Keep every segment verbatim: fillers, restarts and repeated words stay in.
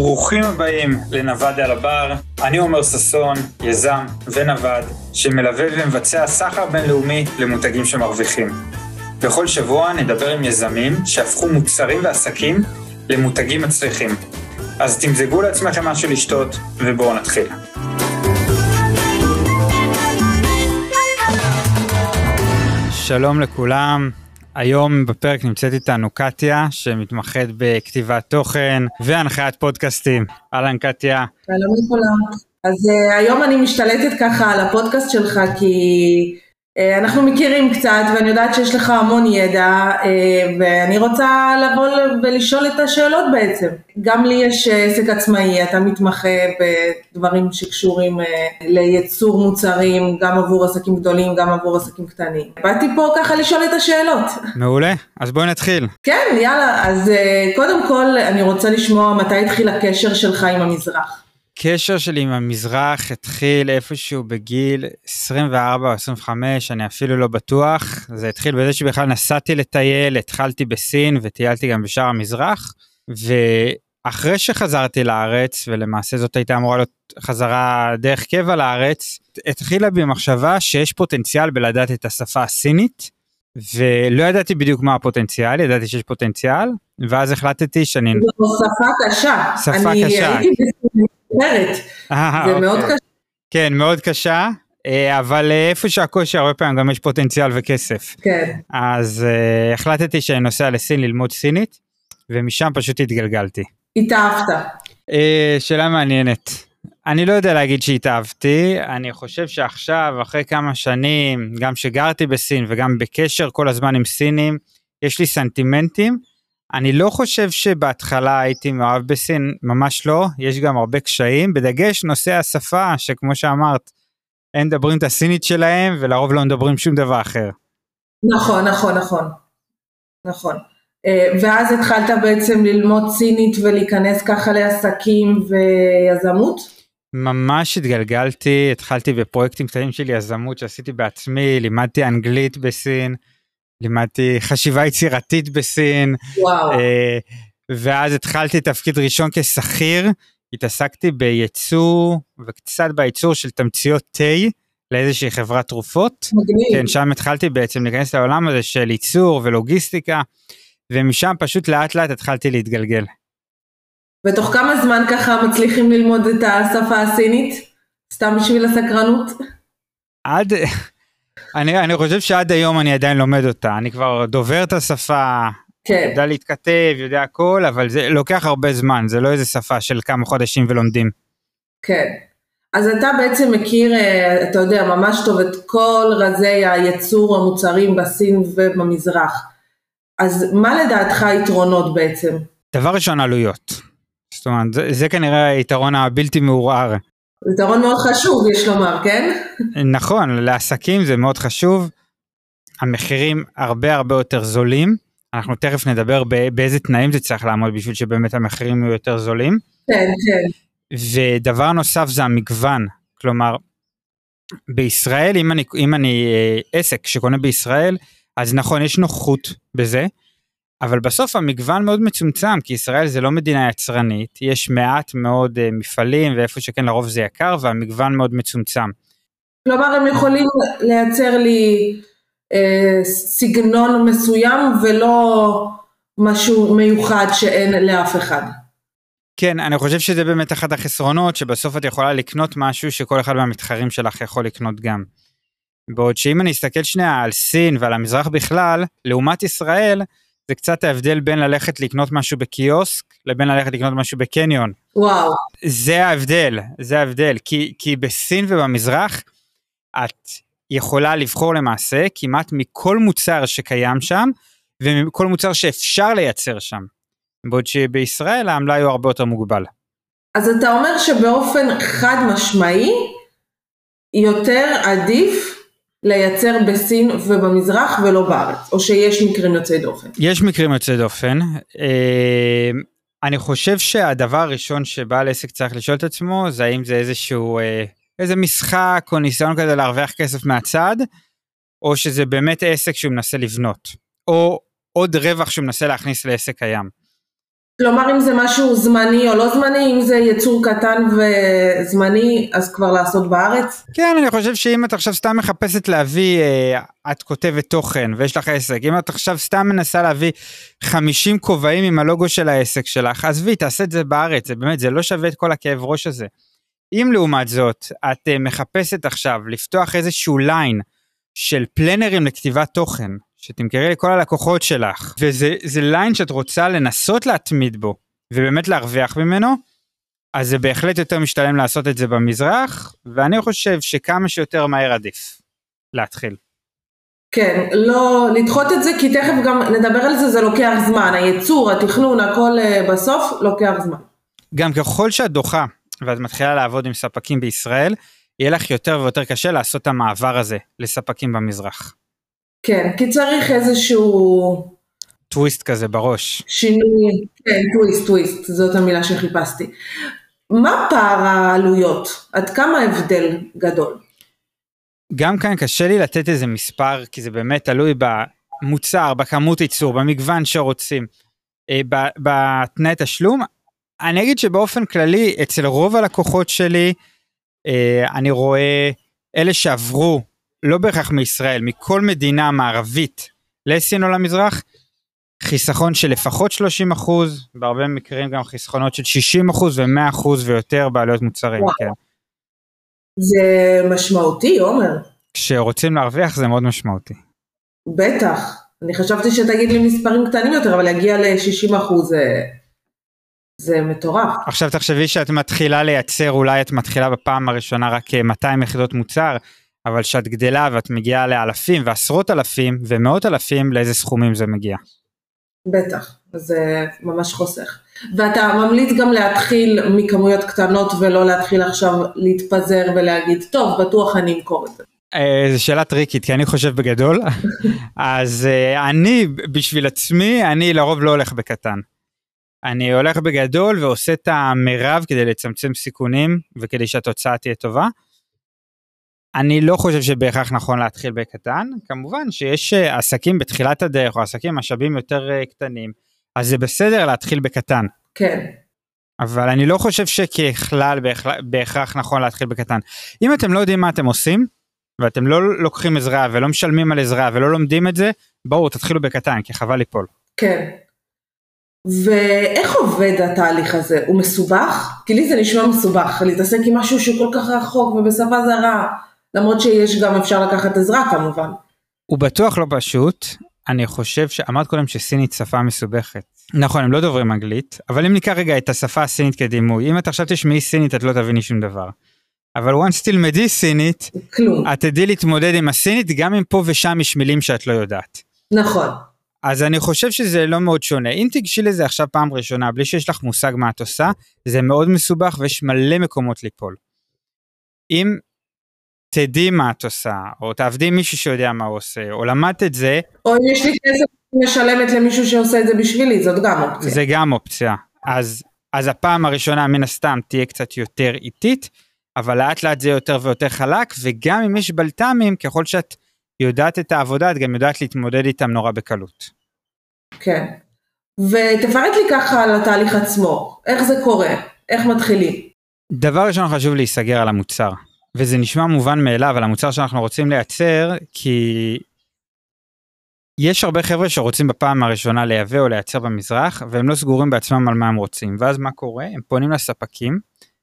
ברוכים הבאים לנווד על הבר. אני עומר ששון, יזם ונווד, שמלווה ומבצע סחר בינלאומי למותגים שמרוויחים. בכל שבוע נדבר עם יזמים שהפכו מוצרים ועסקים למותגים מצליחים. אז תמזגו לעצמכם משהו לשתות ובואו נתחיל. שלום לכולם. היום בפרק נמצאת איתנו קטיה, שמתמחת בכתיבת תוכן והנחיית פודקאסטים. אהלן קטיה. שלום לכולם. אז uh, היום אני משתלטת ככה על הפודקאסט שלך, כי uh, אנחנו מכירים קצת, ואני יודעת שיש לך המון ידע, uh, ואני רוצה לבוא ולשאול את השאלות בעצם. גם לי יש עסק עצמאי, אתה מתמחה בדברים שקשורים uh, לייצור מוצרים, גם עבור עסקים גדולים, גם עבור עסקים קטנים. באתי פה ככה לשאול את השאלות. מעולה, אז בואי נתחיל. כן, יאללה, אז uh, קודם כל אני רוצה לשמוע מתי התחיל הקשר שלך עם המזרח. קשר שלי עם המזרח התחיל איפשהו בגיל עשרים וארבע או עשרים וחמש, אני אפילו לא בטוח. זה התחיל בזה שבכלל נסעתי לטייל, התחלתי בסין וטיילתי גם בשאר המזרח, ואחרי שחזרתי לארץ, ולמעשה זאת הייתה אמורה להיות חזרה דרך קבע לארץ, התחילה בי מחשבה שיש פוטנציאל בלדעת את השפה הסינית, ולא ידעתי בדיוק מה הפוטנציאל, ידעתי שיש פוטנציאל, ואז החלטתי שאני... זו שפה קשה. שפה אני קשה. הייתי בסין. זה מאוד קשה. כן, מאוד קשה, אבל איפה שהקושי הרבה פעמים גם יש פוטנציאל וכסף. כן. אז החלטתי שאני נוסע לסין ללמוד סינית, ומשם פשוט התגלגלתי. התאהבת. שאלה מעניינת. אני לא יודע להגיד שהתאהבתי, אני חושב שעכשיו, אחרי כמה שנים, גם שגרתי בסין וגם בקשר כל הזמן עם סינים, יש לי סנטימנטים. אני לא חושב שבהתחלה הייתי מאוהב בסין, ממש לא, יש גם הרבה קשיים, בדגש נושא השפה, שכמו שאמרת, הם מדברים את הסינית שלהם, ולרוב לא מדברים שום דבר אחר. נכון, נכון, נכון, נכון. ואז התחלת בעצם ללמוד סינית, ולהיכנס ככה לעסקים ויזמות? ממש התגלגלתי, התחלתי בפרויקטים קטנים של יזמות, שעשיתי בעצמי, לימדתי אנגלית בסין, לימדתי חשיבה יצירתית בסין, וואו. ואז התחלתי תפקיד ראשון כשכיר, התעסקתי בייצור, וקצת בייצור של תמציות תה, לאיזושהי חברת תרופות. מגניב. כן, שם התחלתי בעצם להיכנס לעולם הזה של ייצור ולוגיסטיקה, ומשם פשוט לאט לאט התחלתי להתגלגל. ותוך כמה זמן ככה מצליחים ללמוד את השפה הסינית? סתם בשביל הסקרנות? עד... אני, אני חושב שעד היום אני עדיין לומד אותה, אני כבר דובר את השפה, כן. יודע להתכתב, יודע הכל, אבל זה לוקח הרבה זמן, זה לא איזה שפה של כמה חודשים ולומדים. כן, אז אתה בעצם מכיר, אתה יודע, ממש טוב את כל רזי הייצור המוצרים בסין ובמזרח, אז מה לדעתך היתרונות בעצם? דבר ראשון, עלויות, זאת אומרת, זה, זה כנראה היתרון הבלתי מעורער. זה יתרון מאוד חשוב, יש לומר, כן? נכון, לעסקים זה מאוד חשוב, המחירים הרבה הרבה יותר זולים, אנחנו תכף נדבר באיזה תנאים זה צריך לעמוד, בשביל שבאמת המחירים יהיו יותר זולים. כן, כן. ודבר נוסף זה המגוון, כלומר, בישראל, אם אני, אם אני עסק שקונה בישראל, אז נכון, יש נוחות בזה, אבל בסוף המגוון מאוד מצומצם, כי ישראל זה לא מדינה יצרנית, יש מעט מאוד uh, מפעלים, ואיפה שכן לרוב זה יקר, והמגוון מאוד מצומצם. כלומר, הם יכולים לייצר לי אה, סגנון מסוים, ולא משהו מיוחד שאין לאף אחד. כן, אני חושב שזה באמת אחד החסרונות, שבסוף את יכולה לקנות משהו, שכל אחד מהמתחרים שלך יכול לקנות גם. בעוד שאם אני אסתכל שנייה על סין, ועל המזרח בכלל, לעומת ישראל, זה קצת ההבדל בין ללכת לקנות משהו בקיוסק, לבין ללכת לקנות משהו בקניון. וואו. זה ההבדל, זה ההבדל, כי, כי בסין ובמזרח, את יכולה לבחור למעשה, כמעט מכל מוצר שקיים שם, ומכל מוצר שאפשר לייצר שם. בעוד שבישראל המלאי הוא הרבה יותר מוגבל. אז אתה אומר שבאופן חד משמעי, יותר עדיף, לייצר בסין ובמזרח ולא בארץ, או שיש מקרים יוצאי דופן? יש מקרים יוצאי דופן. אני חושב שהדבר הראשון שבעל עסק צריך לשאול את עצמו, זה האם זה איזשהו, איזה משחק או ניסיון כזה להרוויח כסף מהצד, או שזה באמת עסק שהוא מנסה לבנות, או עוד רווח שהוא מנסה להכניס לעסק קיים. כלומר, אם זה משהו זמני או לא זמני, אם זה יצור קטן וזמני, אז כבר לעשות בארץ? כן, אני חושב שאם את עכשיו סתם מחפשת להביא, את כותבת תוכן ויש לך עסק, אם את עכשיו סתם מנסה להביא חמישים כובעים עם הלוגו של העסק שלך, אז וי, תעשה את זה בארץ, זה באמת, זה לא שווה את כל הכאב ראש הזה. אם לעומת זאת, את מחפשת עכשיו לפתוח איזשהו ליין של פלנרים לכתיבת תוכן, שתמכרי לכל הלקוחות שלך, וזה ליין שאת רוצה לנסות להתמיד בו, ובאמת להרוויח ממנו, אז זה בהחלט יותר משתלם לעשות את זה במזרח, ואני חושב שכמה שיותר מהר עדיף להתחיל. כן, לא לדחות את זה, כי תכף גם נדבר על זה, זה לוקח זמן, הייצור, התכנון, הכל בסוף לוקח זמן. גם ככל שאת דוחה, ואת מתחילה לעבוד עם ספקים בישראל, יהיה לך יותר ויותר קשה לעשות את המעבר הזה, לספקים במזרח. כן, כי צריך איזשהו... טוויסט כזה בראש. שינוי, כן, טוויסט, טוויסט, זאת המילה שחיפשתי. מה פער העלויות? עד כמה הבדל גדול? גם כאן קשה לי לתת איזה מספר, כי זה באמת תלוי במוצר, בכמות ייצור, במגוון שרוצים, בתנאי תשלום. אני אגיד שבאופן כללי, אצל רוב הלקוחות שלי, אני רואה אלה שעברו, לא בהכרח מישראל, מכל מדינה מערבית לסין או למזרח, חיסכון של לפחות שלושים אחוז, בהרבה מקרים גם חיסכונות של שישים אחוז ו-מאה אחוז ויותר בעלויות מוצרים. כן. זה משמעותי, עומר. כשרוצים להרוויח זה מאוד משמעותי. בטח, אני חשבתי שתגיד לי מספרים קטנים יותר, אבל להגיע ל-שישים אחוז זה, זה מטורף. עכשיו תחשבי שאת מתחילה לייצר, אולי את מתחילה בפעם הראשונה רק מאתיים יחידות מוצר, אבל שאת גדלה ואת מגיעה לאלפים ועשרות אלפים ומאות אלפים, לאיזה סכומים זה מגיע. בטח, זה ממש חוסך. ואתה ממליץ גם להתחיל מכמויות קטנות ולא להתחיל עכשיו להתפזר ולהגיד, טוב, בטוח אני אמכור את זה. זו שאלה טריקית, כי אני חושב בגדול, אז אני בשביל עצמי, אני לרוב לא הולך בקטן. אני הולך בגדול ועושה את המרב כדי לצמצם סיכונים וכדי שהתוצאה תהיה טובה. אני לא חושב שבהכרח נכון להתחיל בקטן, כמובן שיש עסקים בתחילת הדרך, או עסקים משאבים יותר קטנים, אז זה בסדר להתחיל בקטן. כן. אבל אני לא חושב שככלל בהכרח נכון להתחיל בקטן. אם אתם לא יודעים מה אתם עושים, ואתם לא לוקחים עזרה, ולא משלמים על עזרה, ולא לומדים את זה, בואו תתחילו בקטן, כי חבל ליפול. כן. ואיך עובד התהליך הזה? הוא מסובך? כי לי זה נשמע מסובך, להתעסק עם משהו שכל כך רחוק ובשפה זרה, למרות שיש גם אפשר לקחת עזרה כמובן. הוא בטוח לא פשוט, אני חושב שאמרת קודם שסינית שפה מסובכת. נכון, הם לא דוברים אנגלית, אבל אם ניקח רגע את השפה הסינית כדימוי, אם את עכשיו תשמעי סינית את לא תביני שום דבר. אבל once תלמדי סינית, כלום. את תדעי להתמודד עם הסינית, גם אם פה ושם יש מילים שאת לא יודעת. נכון. אז אני חושב שזה לא מאוד שונה. אם תגשי לזה עכשיו פעם ראשונה, בלי שיש לך מושג מה את עושה, זה מאוד מסובך ויש מלא מקומות ליפול. אם תדעי מה את עושה, או תעבדי עם מישהו שיודע מה הוא עושה, או למדת את זה. או אם יש לי כסף משלמת למישהו שעושה את זה בשבילי, זאת גם אופציה. זה גם אופציה. אז, אז הפעם הראשונה מן הסתם תהיה קצת יותר איטית, אבל לאט לאט זה יותר ויותר חלק, וגם אם יש בלת"מים, ככל שאת יודעת את העבודה, את גם יודעת להתמודד איתם נורא בקלות. כן. ותפרט לי ככה על התהליך עצמו. איך זה קורה? איך מתחילים? דבר ראשון חשוב להיסגר על המוצר. וזה נשמע מובן מאליו, על המוצר שאנחנו רוצים לייצר, כי יש הרבה חבר'ה שרוצים בפעם הראשונה לייבא או לייצר במזרח, והם לא סגורים בעצמם על מה הם רוצים. ואז מה קורה? הם פונים לספקים,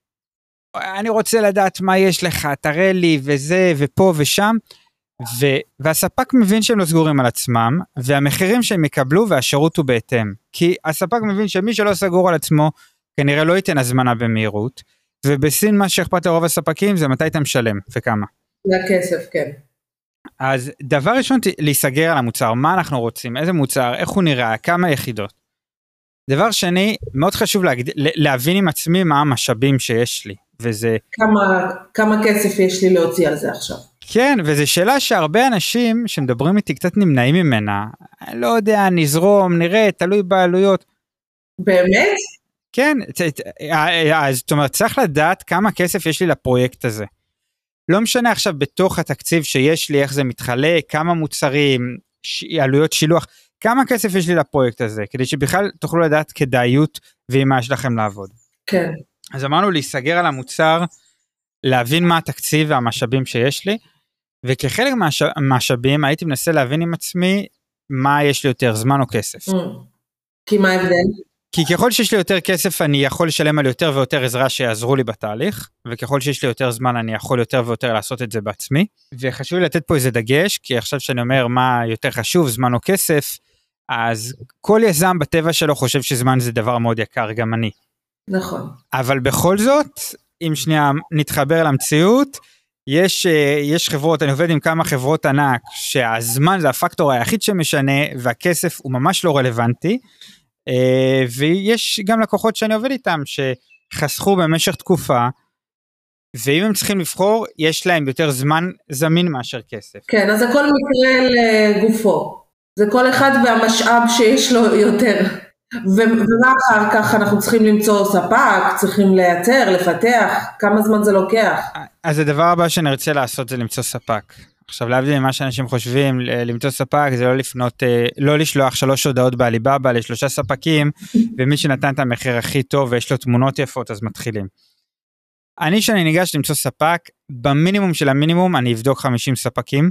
אני רוצה לדעת מה יש לך, תראה לי וזה ופה ושם, ו... והספק מבין שהם לא סגורים על עצמם, והמחירים שהם יקבלו והשירות הוא בהתאם. כי הספק מבין שמי שלא סגור על עצמו, כנראה לא ייתן הזמנה במהירות, ובסין מה שאכפת לרוב הספקים זה מתי אתה משלם וכמה. זה הכסף, כן. אז דבר ראשון, להיסגר על המוצר, מה אנחנו רוצים, איזה מוצר, איך הוא נראה, כמה יחידות. דבר שני, מאוד חשוב להגד... להבין עם עצמי מה המשאבים שיש לי, וזה... כמה, כמה כסף יש לי להוציא על זה עכשיו. כן, וזו שאלה שהרבה אנשים שמדברים איתי קצת נמנעים ממנה, אני לא יודע, נזרום, נראה, תלוי בעלויות. באמת? כן, זאת אומרת, צריך לדעת כמה כסף יש לי לפרויקט הזה. לא משנה עכשיו בתוך התקציב שיש לי, איך זה מתחלק, כמה מוצרים, עלויות שילוח, כמה כסף יש לי לפרויקט הזה, כדי שבכלל תוכלו לדעת כדאיות ועם מה יש לכם לעבוד. כן. אז אמרנו להיסגר על המוצר, להבין מה התקציב והמשאבים שיש לי, וכחלק מהמשאבים הייתי מנסה להבין עם עצמי, מה יש לי יותר, זמן או כסף. כי מה ההבדל? כי ככל שיש לי יותר כסף, אני יכול לשלם על יותר ויותר עזרה שיעזרו לי בתהליך, וככל שיש לי יותר זמן, אני יכול יותר ויותר לעשות את זה בעצמי, וחשוב לי לתת פה איזה דגש, כי עכשיו שאני אומר מה יותר חשוב, זמן או כסף, אז כל יזם בטבע שלו חושב שזמן זה דבר מאוד יקר, גם אני. נכון. אבל בכל זאת, אם שנייה נתחבר למציאות, יש, יש חברות, אני עובד עם כמה חברות ענק, שהזמן זה הפקטור היחיד שמשנה, והכסף הוא ממש לא רלוונטי, ויש גם לקוחות שאני עובד איתם, שחסכו במשך תקופה, ואם הם צריכים לבחור, יש להם יותר זמן זמין מאשר כסף. כן, אז הכל מקרה לגופו. זה כל אחד והמשאב שיש לו יותר. ומה אחר כך אנחנו צריכים למצוא ספק, צריכים לייצר, לפתח, כמה זמן זה לוקח? אז הדבר הבא שאני רוצה לעשות זה למצוא ספק. עכשיו להבדיל ממה שאנשים חושבים, למצוא ספק זה לא לפנות, לא לשלוח שלוש הודעות באליבאבא לשלושה ספקים, ומי שנתן את המחיר הכי טוב ויש לו תמונות יפות אז מתחילים. אני שאני ניגש למצוא ספק, במינימום של המינימום אני אבדוק חמישים ספקים,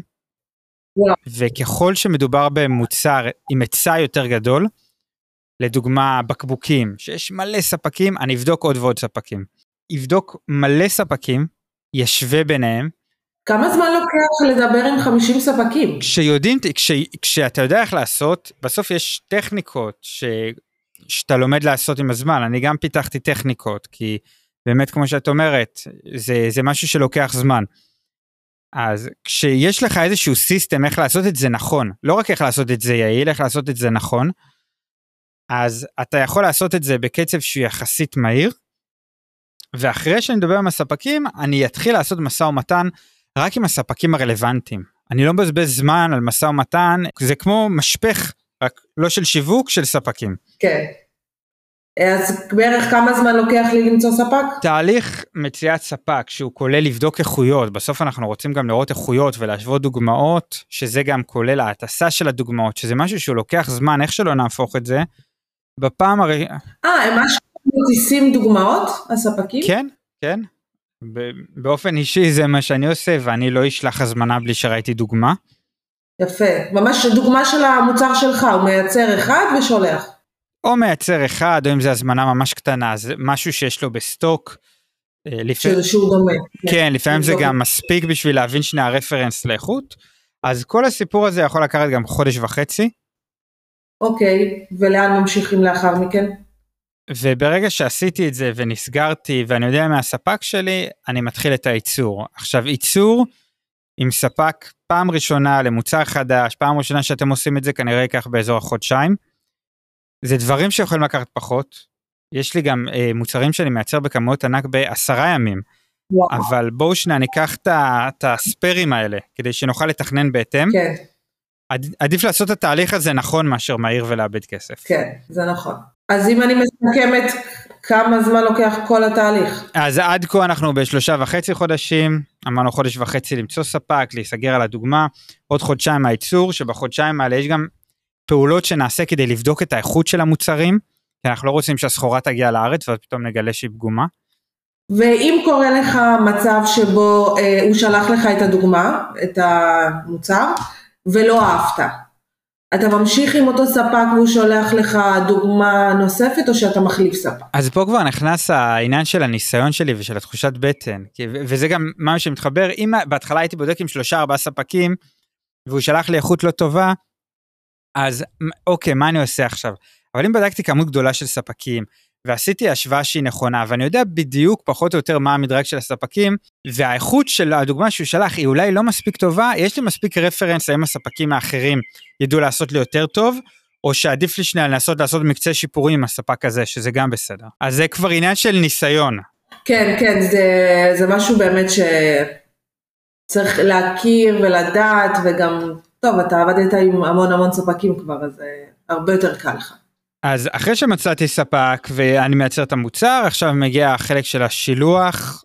וככל שמדובר במוצר עם היצע יותר גדול, לדוגמה בקבוקים, שיש מלא ספקים, אני אבדוק עוד ועוד ספקים. אבדוק מלא ספקים, ישווה ביניהם. כמה זמן לוקח לדבר עם חמישים ספקים? כשיודעים, כש, כשאתה יודע איך לעשות, בסוף יש טכניקות ש, שאתה לומד לעשות עם הזמן. אני גם פיתחתי טכניקות, כי באמת כמו שאת אומרת, זה, זה משהו שלוקח זמן. אז כשיש לך איזשהו סיסטם איך לעשות את זה נכון, לא רק איך לעשות את זה יעיל, איך לעשות את זה נכון, אז אתה יכול לעשות את זה בקצב שהוא יחסית מהיר, ואחרי שאני מדבר עם הספקים, אני אתחיל לעשות משא ומתן רק עם הספקים הרלוונטיים. אני לא מבזבז זמן על משא ומתן, זה כמו משפך, רק לא של שיווק, של ספקים. כן. אז בערך כמה זמן לוקח לי למצוא ספק? תהליך מציאת ספק, שהוא כולל לבדוק איכויות, בסוף אנחנו רוצים גם לראות איכויות ולהשוות דוגמאות, שזה גם כולל ההטסה של הדוגמאות, שזה משהו שהוא לוקח זמן, איך שלא נהפוך את זה, בפעם הר... אה, הם משהו מטיסים דוגמאות, הספקים? כן, כן. באופן אישי זה מה שאני עושה, ואני לא אשלח הזמנה בלי שראיתי דוגמה. יפה, ממש דוגמה של המוצר שלך, הוא מייצר אחד ושולח. או מייצר אחד, או אם זה הזמנה ממש קטנה, זה משהו שיש לו בסטוק. לפעמים... שהוא דומה. כן, לפעמים זה גם מספיק בשביל להבין שני הרפרנס לאיכות, אז כל הסיפור הזה יכול לקחת גם חודש וחצי. אוקיי, ולאן ממשיכים לאחר מכן? וברגע שעשיתי את זה ונסגרתי, ואני יודע מהספק שלי, אני מתחיל את הייצור. עכשיו, ייצור עם ספק פעם ראשונה למוצר חדש, פעם ראשונה שאתם עושים את זה, כנראה ייקח באזור החודשיים. זה דברים שיכולים לקחת פחות. יש לי גם אה, מוצרים שאני מייצר בכמות ענק בעשרה ימים. וואו. אבל בואו שנייה, ניקח את הספרים האלה, כדי שנוכל לתכנן בהתאם. כן. עד, עדיף לעשות את התהליך הזה נכון, מאשר מהיר ולאבד כסף. כן, זה נכון. אז אם אני מסכמת, כמה זמן לוקח כל התהליך? אז עד כה אנחנו בשלושה וחצי חודשים, אמרנו חודש וחצי למצוא ספק, להיסגר על הדוגמה, עוד חודשיים מהייצור, שבחודשיים האלה יש גם פעולות שנעשה כדי לבדוק את האיכות של המוצרים, כי אנחנו לא רוצים שהסחורה תגיע לארץ, ופתאום נגלה שהיא פגומה. ואם קורה לך מצב שבו אה, הוא שלח לך את הדוגמה, את המוצר, ולא אהבת, אתה ממשיך עם אותו ספק והוא שולח לך דוגמה נוספת, או שאתה מחליף ספק? אז פה כבר נכנס העניין של הניסיון שלי ושל התחושת בטן, וזה גם מה שמתחבר, אם בהתחלה הייתי בודק עם שלושה ארבעה ספקים, והוא שלח לי איכות לא טובה, אז אוקיי, מה אני עושה עכשיו? אבל אם בדקתי כמות גדולה של ספקים, ועשיתי השוואה שהיא נכונה, ואני יודע בדיוק פחות או יותר מה המדרג של הספקים, והאיכות של הדוגמה שהוא שלח היא אולי לא מספיק טובה, יש לי מספיק רפרנס האם הספקים האחרים ידעו לעשות לי יותר טוב, או שעדיף לי שנייה לנסות לעשות מקצה שיפורים עם הספק הזה, שזה גם בסדר. אז זה כבר עניין של ניסיון. כן, כן, זה, זה משהו באמת שצריך להכיר ולדעת, וגם, טוב, אתה עבדת עם המון המון ספקים כבר, אז זה הרבה יותר קל לך. אז אחרי שמצאתי ספק ואני מייצר את המוצר, עכשיו מגיע החלק של השילוח,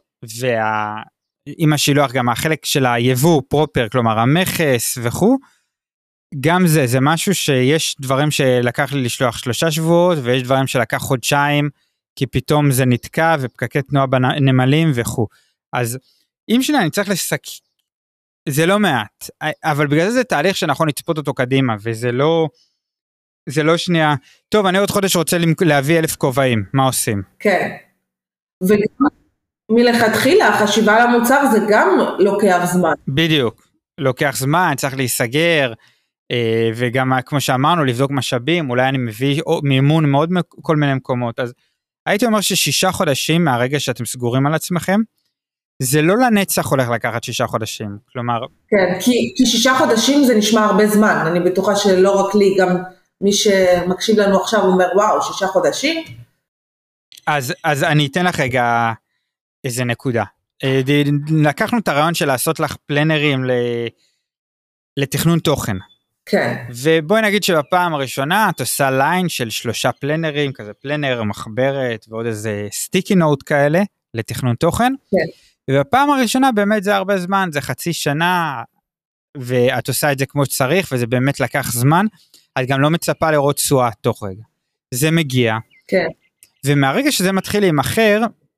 ועם השילוח גם החלק של היבוא פרופר, כלומר המכס וכו', גם זה, זה משהו שיש דברים שלקח לי לשלוח שלושה שבועות, ויש דברים שלקח חודשיים, כי פתאום זה נתקע, ופקקי תנועה בנמלים וכו'. אז אם שנייה אני צריך לסק... זה לא מעט, אבל בגלל זה זה תהליך שנכון לצפות אותו קדימה, וזה לא, זה לא שנייה, טוב, אני עוד חודש רוצה להביא אלף כובעים, מה עושים? כן, וגם מלכתחילה, החשיבה על המוצר זה גם לוקח זמן. בדיוק, לוקח זמן, צריך להיסגר, וגם כמו שאמרנו, לבדוק משאבים, אולי אני מביא מימון מאוד מכל מיני מקומות, אז הייתי אומר ששישה חודשים מהרגע שאתם סגורים על עצמכם, זה לא לנצח הולך לקחת שישה חודשים, כלומר... כן, כי, כי שישה חודשים זה נשמע הרבה זמן, אני בטוחה שלא רק לי, גם מי שמקשיב לנו עכשיו אומר, וואו, שישה חודשים? אז, אז אני אתן לך רגע איזה נקודה. לקחנו את הרעיון של לעשות לך פלנרים לתכנון תוכן. כן. ובואי נגיד שבפעם הראשונה את עושה ליין של שלושה פלנרים, כזה פלנר, מחברת ועוד איזה סטיקי נוט כאלה לתכנון תוכן. כן. ובפעם הראשונה באמת זה הרבה זמן, זה חצי שנה, ואת עושה את זה כמו שצריך, וזה באמת לקח זמן, את גם לא מצפה לראות תשואה תוך רגע. זה מגיע. כן. ומהרגע שזה מתחיל להימחר,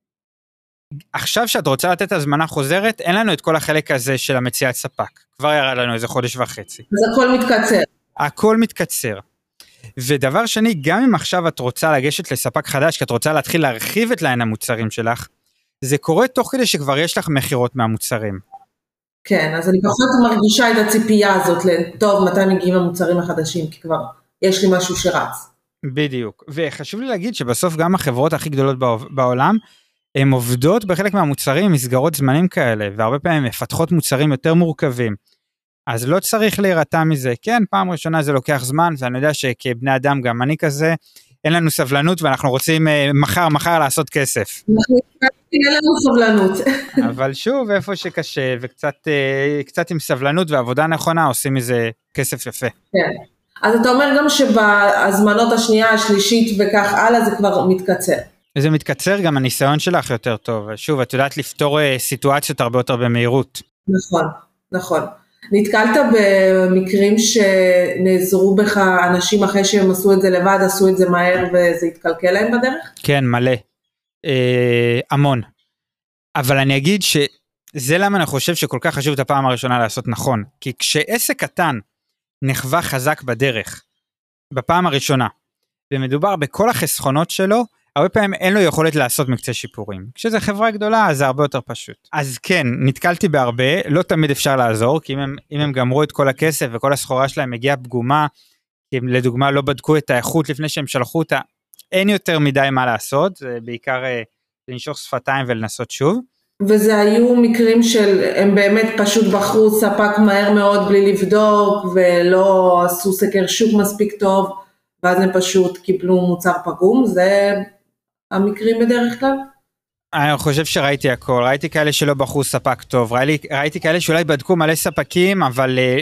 עכשיו שאת רוצה לתת הזמנה חוזרת, אין לנו את כל החלק הזה של המציאת ספק. כבר ירד לנו איזה חודש וחצי. אז הכל מתקצר. הכל מתקצר. ודבר שני, גם אם עכשיו את רוצה לגשת לספק חדש, כי את רוצה להתחיל להרחיב את ליין המוצרים שלך, זה קורה תוך כדי שכבר יש לך מחירות מהמוצרים. כן, אז אני פחות מרגישה את הציפייה הזאת, טוב, מתי מגיעים המוצרים החדשים, כי כבר יש לי משהו שרץ. בדיוק, וחשוב לי להגיד שבסוף גם החברות הכי גדולות בעולם, הן עובדות בחלק מהמוצרים, מסגרות זמנים כאלה, והרבה פעמים מפתחות מוצרים יותר מורכבים, אז לא צריך להירתע מזה, כן, פעם ראשונה זה לוקח זמן, ואני יודע שכבני אדם גם אני כזה, אין לנו סבלנות, ואנחנו רוצים מחר, מחר לעשות כסף. אין לנו סבלנות. אבל שוב, איפה שקשה, וקצת קצת עם סבלנות ועבודה נכונה, עושים מזה כסף יפה. כן. אז אתה אומר גם שבהזמנות השנייה, השלישית וכך הלאה, זה כבר מתקצר. זה מתקצר, גם הניסיון שלך יותר טוב. שוב, את יודעת לפתור סיטואציות הרבה יותר במהירות. נכון, נכון. נתקלת במקרים שנעזרו בך אנשים אחרי שהם עשו את זה לבד, עשו את זה מהר וזה התקלקל להם בדרך? כן, מלא. אה, המון. אבל אני אגיד שזה למה אני חושב שכל כך חשוב את הפעם הראשונה לעשות נכון. כי כשעסק קטן נחווה חזק בדרך, בפעם הראשונה, ומדובר בכל החסכונות שלו, הרבה פעמים אין לו יכולת לעשות מקצה שיפורים. כשזה חברה גדולה, אז זה הרבה יותר פשוט. אז כן, נתקלתי בהרבה, לא תמיד אפשר לעזור, כי אם הם, אם הם גמרו את כל הכסף וכל הסחורה שלהם מגיעה פגומה, כי הם לדוגמה לא בדקו את האיכות לפני שהם שלחו אותה, אין יותר מדי מה לעשות, זה בעיקר לנשוך שפתיים ולנסות שוב. וזה היו מקרים של, הם באמת פשוט בחרו ספק מהר מאוד בלי לבדוק, ולא עשו סקר שוק מספיק טוב, ואז הם פשוט קיבלו מוצר פגום, זה המקרים בדרך כלל? אני חושב שראיתי הכל, ראיתי כאלה שלא בחרו ספק טוב, ראיתי, ראיתי כאלה שאולי בדקו מלא ספקים, אבל uh,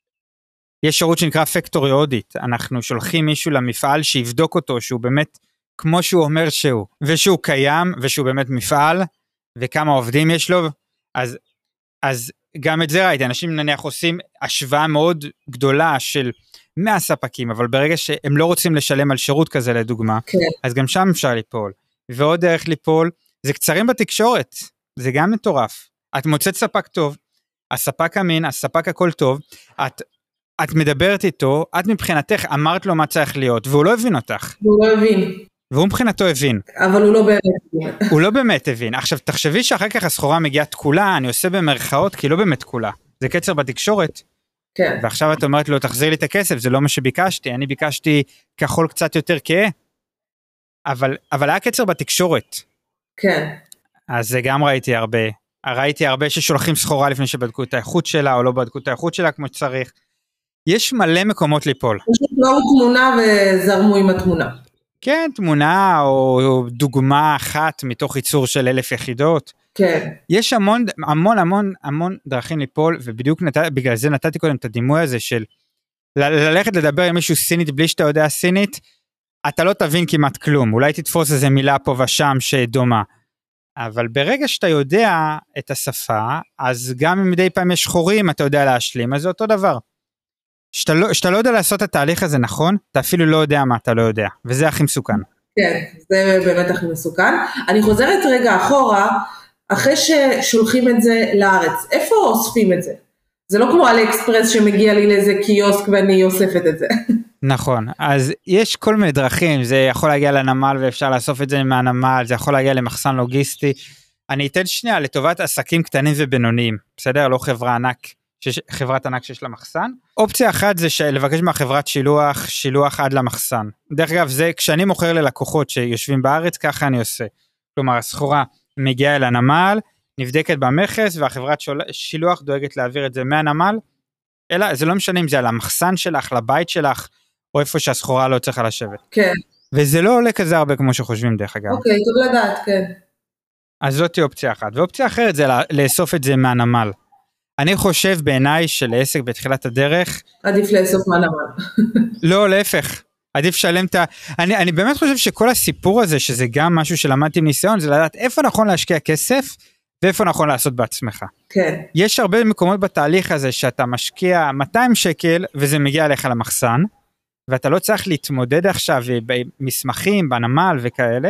יש שירות שנקרא פקטורי אודיט, אנחנו שולחים מישהו למפעל שיבדוק אותו, שהוא באמת כמו שהוא אומר שהוא, ושהוא קיים, ושהוא באמת מפעל, וכמה עובדים יש לו, אז, אז גם את זה ראיתי, אנשים נניח עושים השוואה מאוד גדולה של מאה ספקים, אבל ברגע שהם לא רוצים לשלם על שירות כזה לדוגמה, כן. אז גם שם אפשר ליפול, ועוד דרך ליפול, זה קצרים בתקשורת, זה גם מטורף, את מוצאת ספק טוב, הספק אמין, הספק הכל טוב, את, את מדברת איתו, את מבחינתך אמרת לו מה צריך להיות, והוא לא הבין אותך. הוא לא הבין. והוא מבחינתו הבין. אבל הוא לא באמת הבין. הוא לא באמת הבין. עכשיו, תחשבי שאחר כך הסחורה מגיעה תקולה, אני עושה במרכאות, כי לא באמת תקולה. זה קצר בתקשורת. כן. ועכשיו את אומרת לו, תחזיר לי את הכסף, זה לא מה שביקשתי, אני ביקשתי כחול קצת יותר כהה. אבל, אבל היה קצר בתקשורת. כן. אז זה גם ראיתי הרבה. ראיתי הרבה ששולחים סחורה לפני שבדקו את האיכות שלה, או לא בדקו את האיכות שלה כמו שצריך. יש מלא מקומות ליפול. פשוט לא תמונה וזרמו עם התמונה. כן, תמונה או דוגמה אחת מתוך ייצור של אלף יחידות. כן. יש המון, המון, המון, המון דרכים ליפול, ובדיוק נת... בגלל זה נתתי קודם את הדימוי הזה של ל- ללכת לדבר עם מישהו סינית בלי שאתה יודע סינית, אתה לא תבין כמעט כלום, אולי תתפוס איזה מילה פה ושם שדומה, אבל ברגע שאתה יודע את השפה, אז גם אם מדי פעם יש חורים, אתה יודע להשלים, אז זה אותו דבר. שאתה לא, שאתה לא יודע לעשות את התהליך הזה נכון, אתה אפילו לא יודע מה אתה לא יודע, וזה הכי מסוכן. כן, זה באמת הכי מסוכן. אני חוזרת רגע אחורה, אחרי ששולחים את זה לארץ, איפה אוספים את זה? זה לא כמו אלי אקספרס שמגיע לי לאיזה קיוסק ואני אוספת את זה. נכון, אז יש כל מיני דרכים, זה יכול להגיע לנמל ואפשר לאסוף את זה מהנמל, זה יכול להגיע למחסן לוגיסטי. אני אתן שנייה לטובת עסקים קטנים ובינוניים, בסדר? לא חברה ענק, שיש, חברת ענק שיש לה מחסן. אופציה אחת זה לבקש מהחברת שילוח, שילוח עד למחסן. דרך אגב, זה כשאני מוכר ללקוחות שיושבים בארץ, ככה אני עושה. כלומר, הסחורה מגיעה אל הנמל, נבדקת במכס, והחברת שילוח דואגת להעביר את זה מהנמל, אלא זה לא משנה אם זה על המחסן שלך, לבית שלך, או איפה שהסחורה לא צריכה לשבת. כן. וזה לא עולה כזה הרבה כמו שחושבים דרך אגב. אוקיי, טוב לדעת, כן. אז זאת היא אופציה אחת, ואופציה אחרת זה לאסוף את זה מהנמל. אני חושב בעיניי שלעסק בתחילת הדרך... עדיף לאסוף מהנמל. לא, להפך. עדיף שלם את ה... אני, אני באמת חושב שכל הסיפור הזה, שזה גם משהו שלמדתי מניסיון, זה לדעת איפה נכון להשקיע כסף, ואיפה נכון לעשות בעצמך. כן. יש הרבה מקומות בתהליך הזה, שאתה משקיע מאתיים שקל, וזה מגיע אליך למחסן, ואתה לא צריך להתמודד עכשיו במסמכים, בנמל וכאלה,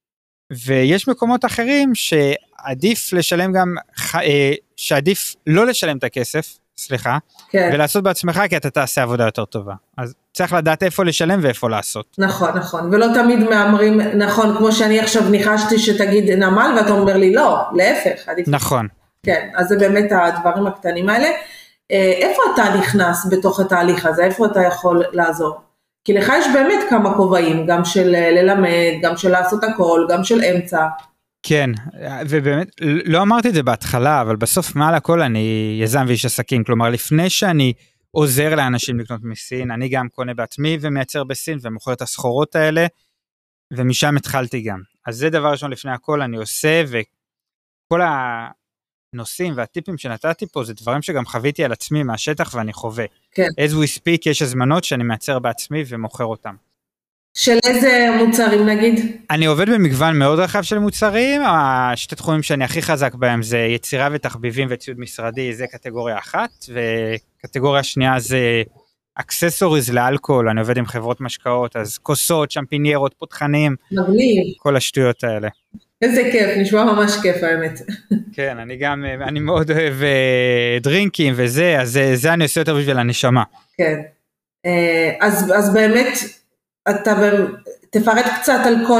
ויש מקומות אחרים שעדיף לשלם גם, שעדיף לא לשלם את הכסף, סליחה, כן. ולעשות בעצמך, כי אתה תעשה עבודה יותר טובה. אז צריך לדעת איפה לשלם ואיפה לעשות. נכון, נכון, ולא תמיד מאמרים, נכון, כמו שאני עכשיו ניחשתי שתגיד נמל, ואתה אומר לי לא, להפך. עדיף. נכון. כן, אז זה באמת הדברים הקטנים האלה. איפה אתה נכנס בתוך התהליך הזה? איפה אתה יכול לעזור? כי לך יש באמת כמה כובעים, גם של ללמד, גם של לעשות הכל, גם של אמצע. כן, ובאמת, לא אמרתי את זה בהתחלה, אבל בסוף מעל הכל אני יזם ואיש עסקים, כלומר לפני שאני עוזר לאנשים לקנות מסין, אני גם קונה בעצמי ומייצר בסין, ומוכר את הסחורות האלה, ומשם התחלתי גם. אז זה דבר ראשון לפני הכל אני עושה, וכל הנושאים והטיפים שנתתי פה, זה דברים שגם חוויתי על עצמי מהשטח ואני חווה. כן. As we speak, יש הזמנות שאני מייצר בעצמי ומוכר אותם. של איזה מוצרים נגיד? אני עובד במגוון מאוד רחב של מוצרים, השתי תחומים שאני הכי חזק בהם זה יצירה ותחביבים וציוד משרדי, זה קטגוריה אחת, וקטגוריה שנייה זה אקססוריז לאלכוהול, אני עובד עם חברות משקאות, אז כוסות, שמפיניירות, פותחנים, מגניב. כל השטויות האלה. איזה כיף, נשמע ממש כיף האמת. כן, אני גם, אני מאוד אוהב דרינקים וזה, אז זה, זה אני עושה יותר בשביל הנשמה. כן, אז, אז באמת, אתה תפרט קצת על כל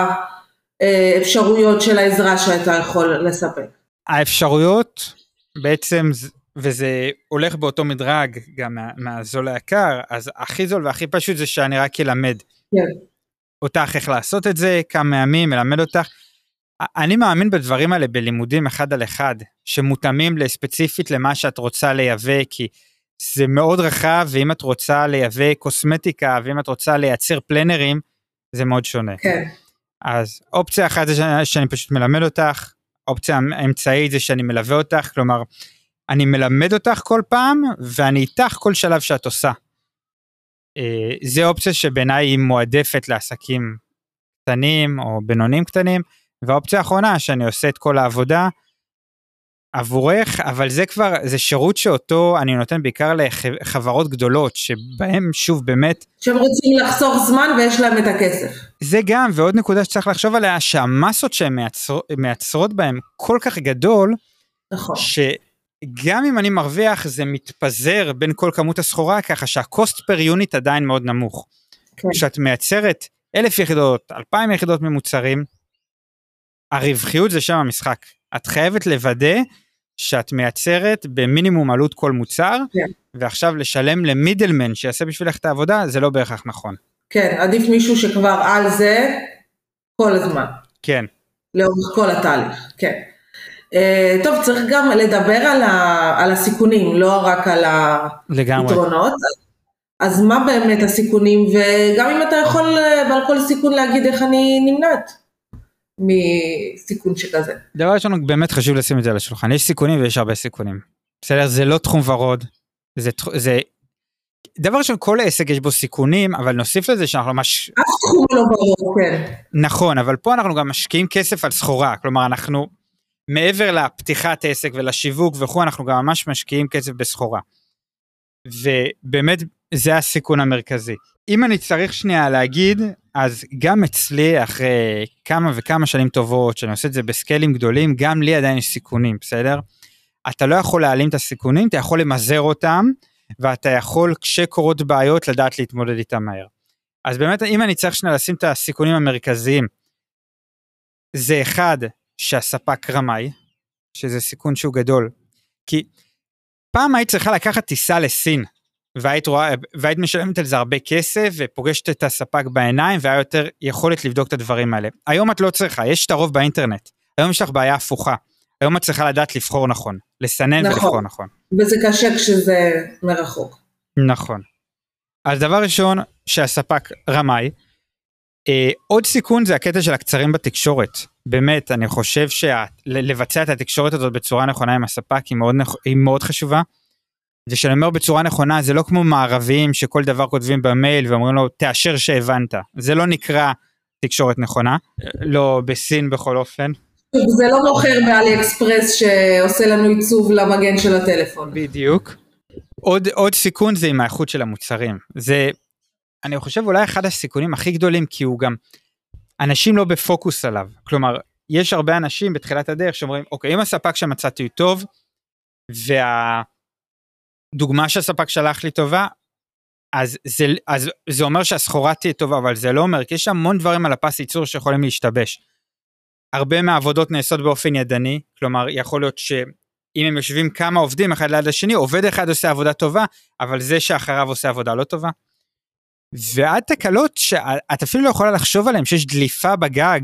האפשרויות של העזרה שאתה יכול לספק. האפשרויות בעצם, וזה הולך באותו מדרג גם מה, מהזול היקר, אז הכי זול והכי פשוט זה שאני רק אלמד. כן. אותך איך לעשות את זה, כמה ימים, אלמד אותך. אני מאמין בדברים האלה בלימודים אחד על אחד, שמותאמים לספציפית למה שאת רוצה לייבא, כי זה מאוד רחב, ואם את רוצה לייבא קוסמטיקה, ואם את רוצה לייצר פלנרים, זה מאוד שונה. כן. אז אופציה אחת זה שאני, שאני פשוט מלמד אותך, אופציה האמצעית זה שאני מלווה אותך, כלומר, אני מלמד אותך כל פעם, ואני איתך כל שלב שאת עושה. זה אופציה שבעיניי היא מועדפת לעסקים קטנים, או בינונים קטנים, והאופציה האחרונה שאני עושה את כל העבודה, עבורך, אבל זה כבר, זה שירות שאותו אני נותן בעיקר לחברות גדולות, שבהם שוב באמת... שהם רוצים לחסוך זמן ויש להם את הכסף. זה גם, ועוד נקודה שצריך לחשוב עליה, שהמסות שהן מייצר, מייצרות בהם כל כך גדול, נכון. שגם אם אני מרוויח, זה מתפזר בין כל כמות הסחורה, ככה שהקוסט פר יוניט עדיין מאוד נמוך. כן. כשאת מייצרת אלף יחידות, אלפיים יחידות ממוצרים, הרווחיות זה שם המשחק. את חייבת לוודא שאת מייצרת במינימום עלות כל מוצר, כן. ועכשיו לשלם למידלמן שיעשה בשבילך את העבודה, זה לא בהכרח נכון. כן, עדיף מישהו שכבר על זה כל הזמן. כן. לאורך כל התהליך, כן. Uh, טוב, צריך גם לדבר על, ה, על הסיכונים, לא רק על היתרונות. אז מה באמת הסיכונים, וגם אם אתה יכול ועל כל סיכון להגיד איך אני נמנעת מסיכון שכזה. דבר ראשון, באמת חשוב לשים את זה על השולחן. יש סיכונים ויש הרבה סיכונים. בסדר, זה לא תחום ורוד. זה, זה... דבר ראשון, כל עסק יש בו סיכונים, אבל נוסיף לזה שאנחנו מש... אף תחום לא ורוד, כן. נכון, אבל פה אנחנו גם משקיעים כסף על סחורה. כלומר, אנחנו, מעבר לפתיחת עסק ולשיווק וכו', אנחנו גם ממש משקיעים כסף בסחורה. ובאמת זה הסיכון המרכזי. אם אני צריך שנייה להגיד, אז גם אצלי אחרי כמה וכמה שנים טובות, שאני עושה את זה בסקיילים גדולים, גם לי עדיין יש סיכונים, בסדר? אתה לא יכול להעלים את הסיכונים, אתה יכול למזער אותם, ואתה יכול כשקורות בעיות לדעת להתמודד איתם מהר. אז באמת אם אני צריך שנייה לשים את הסיכונים המרכזיים, זה אחד שהספק רמאי, שזה סיכון שהוא גדול, כי פעם היית צריכה לקחת טיסה לסין, והיית, רואה, והיית משלמת על זה הרבה כסף, ופוגשת את הספק בעיניים, והיה יותר יכולת לבדוק את הדברים האלה. היום את לא צריכה, יש את הרוב באינטרנט, היום יש לך בעיה הפוכה, היום את צריכה לדעת לבחור נכון, לסנן נכון. ולבחור נכון. וזה קשה כשזה מרחוק. נכון. אז דבר ראשון, שהספק רמאי, אה, עוד סיכון זה הקטע של הקצרים בתקשורת, באמת, אני חושב שלבצע את התקשורת הזאת בצורה נכונה עם הספק, היא מאוד, היא מאוד חשובה, ושאני אומר בצורה נכונה, זה לא כמו מערבים שכל דבר כותבים במייל ואומרים לו, תאשר שהבנת. זה לא נקרא תקשורת נכונה, לא בסין בכל אופן. זה לא מוכר באלי אקספרס שעושה לנו עיצוב למגן של הטלפון. בדיוק. עוד, עוד סיכון זה עם האיכות של המוצרים. זה, אני חושב אולי אחד הסיכונים הכי גדולים, כי הוא גם, אנשים לא בפוקוס עליו. כלומר, יש הרבה אנשים בתחילת הדרך שאומרים, אוקיי, אם הספק שמצאתי הוא טוב, וה... דוגמה שהספק שלח לי טובה, אז זה, אז זה אומר שהסחורה תהיה טובה, אבל זה לא אומר, כי יש המון דברים על הפס ייצור שיכולים להשתבש. הרבה מהעבודות נעשות באופן ידני, כלומר, יכול להיות שאם הם יושבים כמה עובדים אחד ליד השני, עובד אחד עושה עבודה טובה, אבל זה שאחריו עושה עבודה לא טובה. ועד תקלות שאת אפילו לא יכולה לחשוב עליהם, שיש דליפה בגג,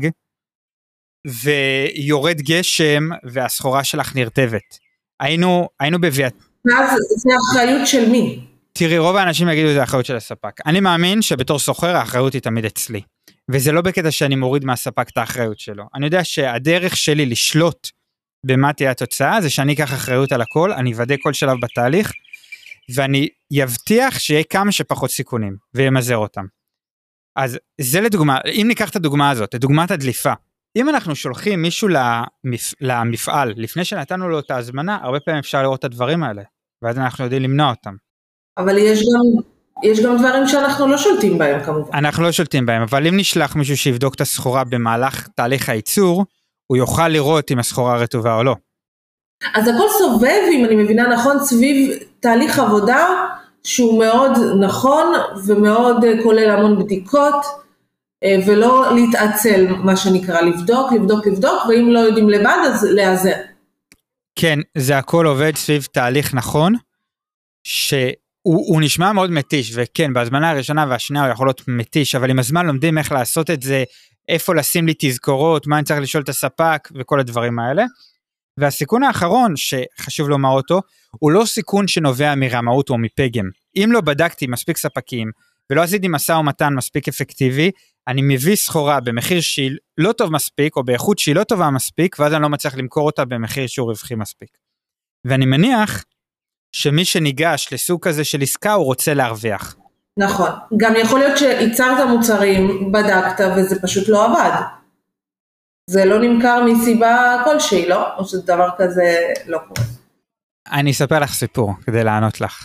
ויורד גשם, והסחורה שלך נרטבת. היינו, היינו בביאת, אז זה האחריות של מי? תראי, רוב האנשים יגידו זה האחריות של הספק. אני מאמין שבתור סוחר האחריות היא תמיד אצלי. וזה לא בקטע שאני מוריד מהספק את האחריות שלו. אני יודע שהדרך שלי לשלוט במה תהיה התוצאה, זה שאני אקח אחריות על הכל, אני אוודא כל שלב בתהליך, ואני יבטיח שיהיה כמה שפחות סיכונים, וימזער אותם. אז זה לדוגמה, אם ניקח את הדוגמה הזאת, את דוגמת הדליפה, אם אנחנו שולחים מישהו למפ... למפעל, לפני שנתנו לו את ההזמנה, הרבה פעמים אפשר לראות את הדברים האלה, ואז אנחנו יודעים למנוע אותם. אבל יש גם, יש גם דברים שאנחנו לא שולטים בהם כמובן. אנחנו לא שולטים בהם, אבל אם נשלח מישהו שיבדוק את הסחורה במהלך תהליך הייצור, הוא יוכל לראות אם הסחורה רטובה או לא. אז הכל סובב, אם אני מבינה נכון, סביב תהליך עבודה, שהוא מאוד נכון, ומאוד כולל המון בדיקות, ולא להתעצל, מה שנקרא, לבדוק, לבדוק, לבדוק, ואם לא יודעים לבד, אז להיעזר. כן, זה הכל עובד סביב תהליך נכון, שהוא נשמע מאוד מתיש, וכן, בהזמנה הראשונה והשנייה הוא יכול להיות מתיש, אבל עם הזמן לומדים איך לעשות את זה, איפה לשים לי תזכורות, מה אני צריך לשאול את הספק, וכל הדברים האלה. והסיכון האחרון, שחשוב לומר אותו, הוא לא סיכון שנובע מרמאות או מפגם. אם לא בדקתי מספיק ספקים, ולא עשיתי מסע ומתן מספיק אפקטיבי, אני מביא סחורה במחיר שהיא לא טוב מספיק, או באיכות שהיא לא טובה מספיק, ואז אני לא מצליח למכור אותה במחיר שהוא רווחי מספיק. ואני מניח שמי שניגש לסוג כזה של עסקה, הוא רוצה להרוויח. נכון. גם יכול להיות שייצרת מוצרים, בדקת, וזה פשוט לא עבד. זה לא נמכר מסיבה כלשהי, לא? או שזה דבר כזה לא קורה. אני אספר לך סיפור, כדי לענות לך.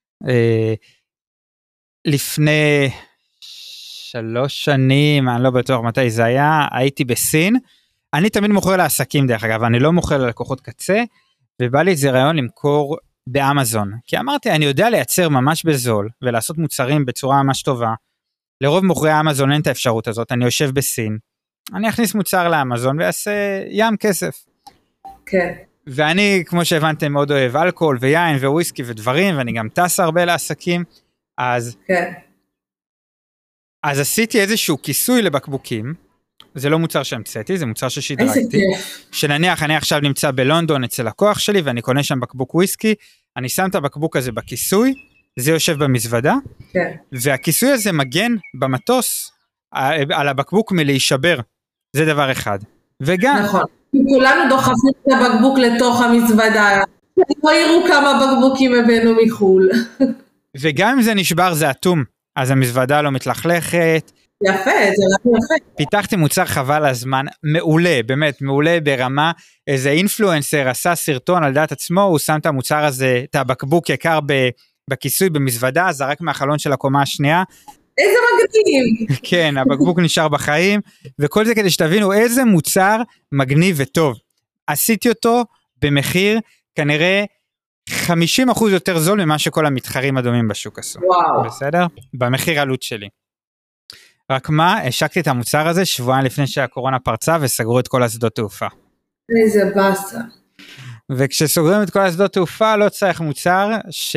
לפני שלוש שנים, אני לא בטוח מתי זה היה, הייתי בסין, אני תמיד מוכר לעסקים דרך אגב, אני לא מוכר ללקוחות קצה, ובא לי איזה רעיון למכור באמזון, כי אמרתי, אני יודע לייצר ממש בזול, ולעשות מוצרים בצורה ממש טובה, לרוב מוכרי אמזון אין את האפשרות הזאת, אני יושב בסין, אני אכניס מוצר לאמזון, ויעשה ים כסף. כן. ואני, כמו שהבנתם, מאוד אוהב אלכוהול, ויין, וויסקי, ודברים, ואני גם טס הרבה לעסקים, אז... כן. אז עשיתי איזשהו כיסוי לבקבוקים, זה לא מוצר שהמצאתי, זה מוצר ששדרגתי, שנניח אני עכשיו נמצא בלונדון אצל לקוח שלי, ואני קונה שם בקבוק וויסקי, אני שם את הבקבוק הזה בכיסוי, זה יושב במזוודה, כן. והכיסוי הזה מגן במטוס, על הבקבוק מלהישבר, זה דבר אחד. וגם... נכון, כולנו דוחפים את הבקבוק לתוך המזוודה, לא יראו כמה בקבוקים הבאנו מחול. וגם אם זה נשבר זה אטום, אז המזוודה לא מתלכלכת. יפה, זה רק יפה. פיתחתי מוצר חבל הזמן, מעולה, באמת, מעולה ברמה, איזה אינפלואנסר עשה סרטון על דעת עצמו, הוא שם את המוצר הזה, את הבקבוק יקר בכיסוי במזוודה, זרק מהחלון של הקומה השנייה. איזה מגניב. כן, הבקבוק נשאר בחיים, וכל זה כדי שתבינו איזה מוצר מגניב וטוב. עשיתי אותו במחיר כנראה חמישים אחוז יותר זול ממה שכל המתחרים הדומים בשוק עשו. וואו. בסדר? במחיר עלות שלי. רק מה, השקתי את המוצר הזה שבועיים לפני שהקורונה פרצה וסגרו את כל השדות תעופה. איזה בסה. וכשסוגרים את כל השדות תעופה לא צריך מוצר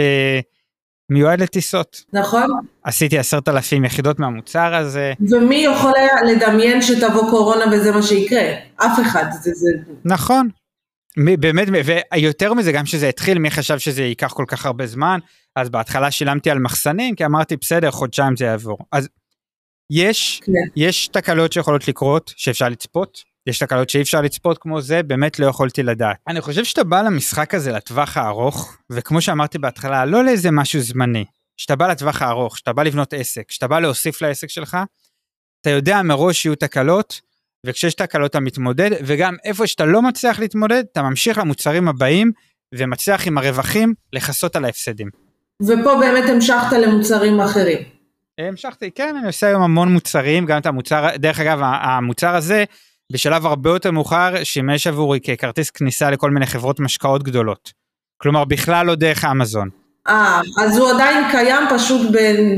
שמיועד לטיסות. נכון. עשיתי עשרת אלפים יחידות מהמוצר הזה. ומי יכול היה לדמיין שתבוא קורונה וזה מה שיקרה? אף אחד. זה, זה... נכון. באמת, ויותר מזה גם שזה התחיל, מי חשב שזה ייקח כל כך הרבה זמן, אז בהתחלה שילמתי על מחסנים, כי אמרתי בסדר, חודשיים זה יעבור. אז יש, כן. יש תקלות שיכולות לקרות, שאפשר לצפות, יש תקלות שאי אפשר לצפות כמו זה, באמת לא יכולתי לדעת. אני חושב שאתה בא למשחק הזה לטווח הארוך, וכמו שאמרתי בהתחלה, לא לאיזה משהו זמני, שאתה בא לטווח הארוך, שאתה בא לבנות עסק, שאתה בא להוסיף לעסק שלך, אתה יודע מראש שיהיו תקלות, וכשיש תקלות אתה מתמודד, וגם איפה שאתה לא מצליח להתמודד, אתה ממשיך למוצרים הבאים, ומצליח עם הרווחים לחסות על ההפסדים. ופה באמת המשכת למוצרים אחרים. המשכתי, כן, אני עושה היום המון מוצרים, גם את המוצר, דרך אגב, המוצר הזה, בשלב הרבה יותר מאוחר, שימש עבורי ככרטיס כניסה לכל מיני חברות משקאות גדולות. כלומר, בכלל לא דרך אמזון. אה, אז הוא עדיין קיים פשוט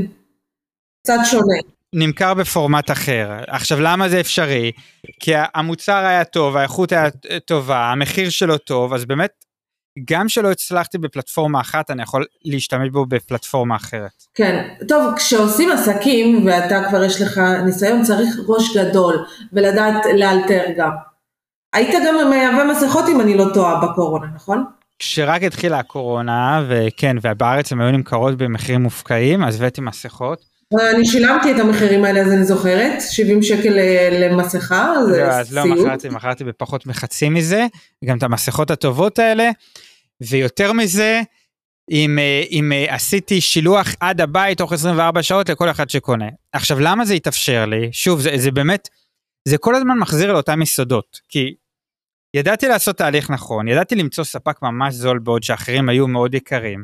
בצד שונה. נמכר בפורמט אחר. עכשיו, למה זה אפשרי? כי המוצר היה טוב, האיכות היה טובה, המחיר שלו טוב, אז באמת, גם שלא הצלחתי בפלטפורמה אחת, אני יכול להשתמש בו בפלטפורמה אחרת. כן, טוב, כשעושים עסקים, ואתה כבר יש לך ניסיון, צריך ראש גדול, ולדעת לאלתר גם. היית גם מייבא מסכות, אם אני לא טועה, בקורונה, נכון? כשרק התחילה הקורונה, וכן, ובארץ הם היו נמכרות במחירים מופקעים, אז הבאתי מסכות. אני שילמתי את המחירים האלה, אז אני זוכרת, שבעים שקל למסכה, זה סיוט. אז לא, מכרתי, מכרתי בפחות מחצי מזה, גם את המסכות הטובות האלה, ויותר מזה, אם, אם עשיתי שילוח עד הבית, תוך עשרים וארבע שעות לכל אחד שקונה. עכשיו, למה זה יתאפשר לי? שוב, זה, זה באמת, זה כל הזמן מחזיר לאותם יסודות, כי ידעתי לעשות תהליך נכון, ידעתי למצוא ספק ממש זול, בעוד שאחרים היו מאוד יקרים,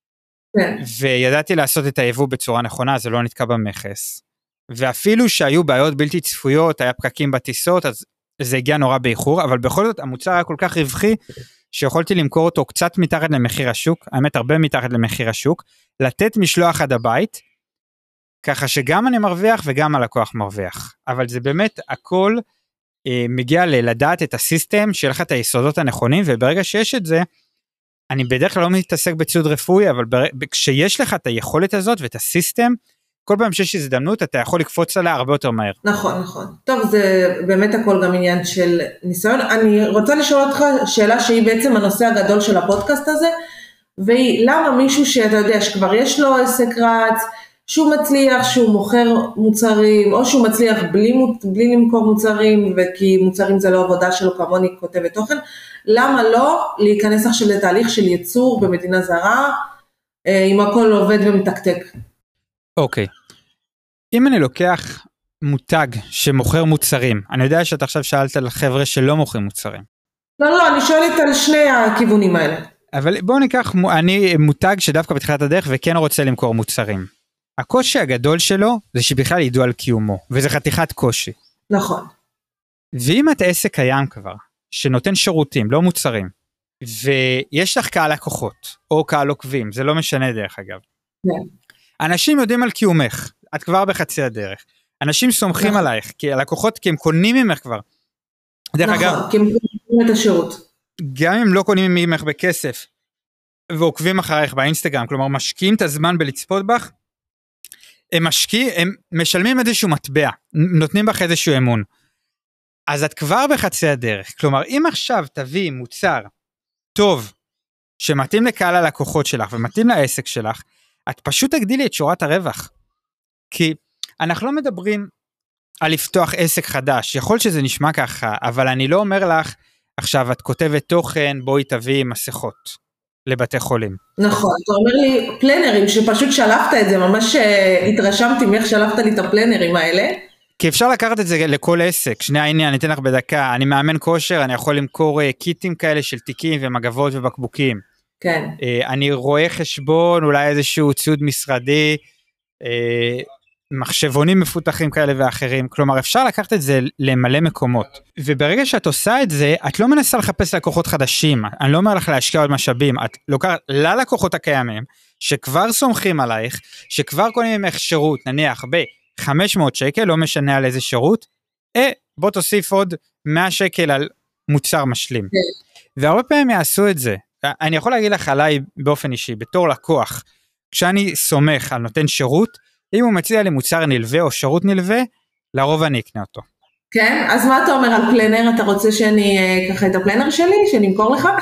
כן. וידעתי לעשות את היבוא בצורה נכונה, זה לא נתקע במכס, ואפילו שהיו בעיות בלתי צפויות, היה פקקים בטיסות, אז זה הגיע נורא באיחור, אבל בכל זאת המוצר היה כל כך רווחי, שיכולתי למכור אותו קצת מתחת למחיר השוק, האמת הרבה מתחת למחיר השוק, לתת משלוח עד הבית, ככה שגם אני מרוויח וגם הלקוח מרוויח, אבל זה באמת הכל אה, מגיע ללדעת את הסיסטם, שיהיה לך את היסודות הנכונים, וברגע שיש את זה, אני בדרך כלל לא מתעסק בציוד רפואי, אבל בר... כשיש לך את היכולת הזאת ואת הסיסטם, כל פעם שיש הזדמנות, אתה יכול לקפוץ עליה הרבה יותר מהר. נכון, נכון. טוב, זה באמת הכל גם עניין של ניסיון. אני רוצה לשאול אותך שאלה שהיא בעצם הנושא הגדול של הפודקאסט הזה, והיא למה מישהו שאתה יודע שכבר יש לו עסק רץ, שהוא מצליח, שהוא מוכר מוצרים, או שהוא מצליח בלי, בלי למכור מוצרים, וכי מוצרים זה לא עבודה שלו כמוני כותבת תוכן, למה לא להיכנס עכשיו לתהליך של ייצור במדינה זרה, אם הכל עובד ומתקתק? אוקיי. אם אני לוקח מותג שמוכר מוצרים, אני יודע שאתה עכשיו שאלת על חבר'ה שלא מוכרים מוצרים. לא, לא, אני שואלת על שני הכיוונים האלה. אבל בואו ניקח, אני מותג שדווקא בתחילת הדרך וכן רוצה למכור מוצרים. הקושי הגדול שלו זה שבכלל ידעו על קיומו, וזה חתיכת קושי. נכון. ואם את עסק קיים כבר, שנותן שירותים, לא מוצרים, ויש לך קהל לקוחות, או קהל עוקבים, זה לא משנה דרך אגב. כן. אנשים יודעים על קיומך, את כבר בחצי הדרך. אנשים סומכים עלייך, כי הלקוחות, כי הם קונים ממך כבר. דרך אגב, נכון, כי הם קונים את השירות. גם אם לא קונים ממך בכסף, ועוקבים אחריך באינסטגרם, כלומר משקיעים את הזמן בלצפות בך, הם משקיעים, הם משלמים איזשהו מטבע, נותנים בך איזשהו אמון. אז את כבר בחצי הדרך, כלומר אם עכשיו תביא מוצר טוב, שמתאים לקהל הלקוחות שלך, ומתאים לעסק שלך, את פשוט תגדילי את שורת הרווח. כי אנחנו לא מדברים על לפתוח עסק חדש, יכול שזה נשמע ככה, אבל אני לא אומר לך, עכשיו את כותבת תוכן, בואי תביא מסכות לבתי חולים. נכון, אתה אומר לי פלנרים, שפשוט שלפת את זה, ממש התרשמתי מאיך שלפת לי את הפלנרים האלה. כי אפשר לקחת את זה לכל עסק, שני העניין, אני אתן לך בדקה, אני מאמן כושר, אני יכול למכור קיטים כאלה של תיקים ומגבות ובקבוקים. כן. אני רואה חשבון, אולי איזשהו ציוד משרדי, מחשבונים מפותחים כאלה ואחרים, כלומר אפשר לקחת את זה למלא מקומות, וברגע שאת עושה את זה, את לא מנסה לחפש לקוחות חדשים, אני לא אומר לך להשקיע עוד משאבים, את לוקחת ללקוחות הקיימים, שכבר סומכים עלייך, שכבר קונים ממך שירות, נניח ב-חמש מאות שקל, לא משנה על איזה שירות, אה, בוא תוסיף עוד מאה שקל על מוצר משלים. והרבה פעמים יעשו את זה, אני יכול להגיד לך עליי באופן אישי, בתור לקוח, כשאני סומך על נותן שירות, אם הוא מציע לי מוצר נלווה או שירות נלווה, לרוב אני אקנה אותו. כן, אז מה אתה אומר על פלנר? אתה רוצה שאני אקח את הפלנר שלי, שנמכור לך?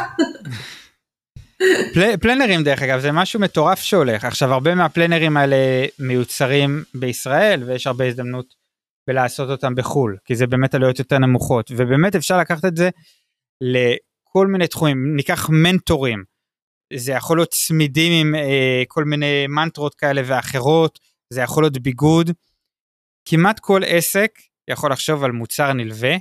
פל, פלנרים דרך אגב, זה משהו מטורף שהולך. עכשיו, הרבה מהפלנרים האלה מיוצרים בישראל, ויש הרבה הזדמנות בלעשות אותם בחול, כי זה באמת עלויות יותר נמוכות, ובאמת אפשר לקחת את זה לכל מיני תחומים. ניקח מנטורים, זה יכול להיות צמידים עם אה, כל מיני מנטרות כאלה ואחרות, זה יכול להיות ביגוד, כמעט כל עסק יכול לחשוב על מוצר נלווה,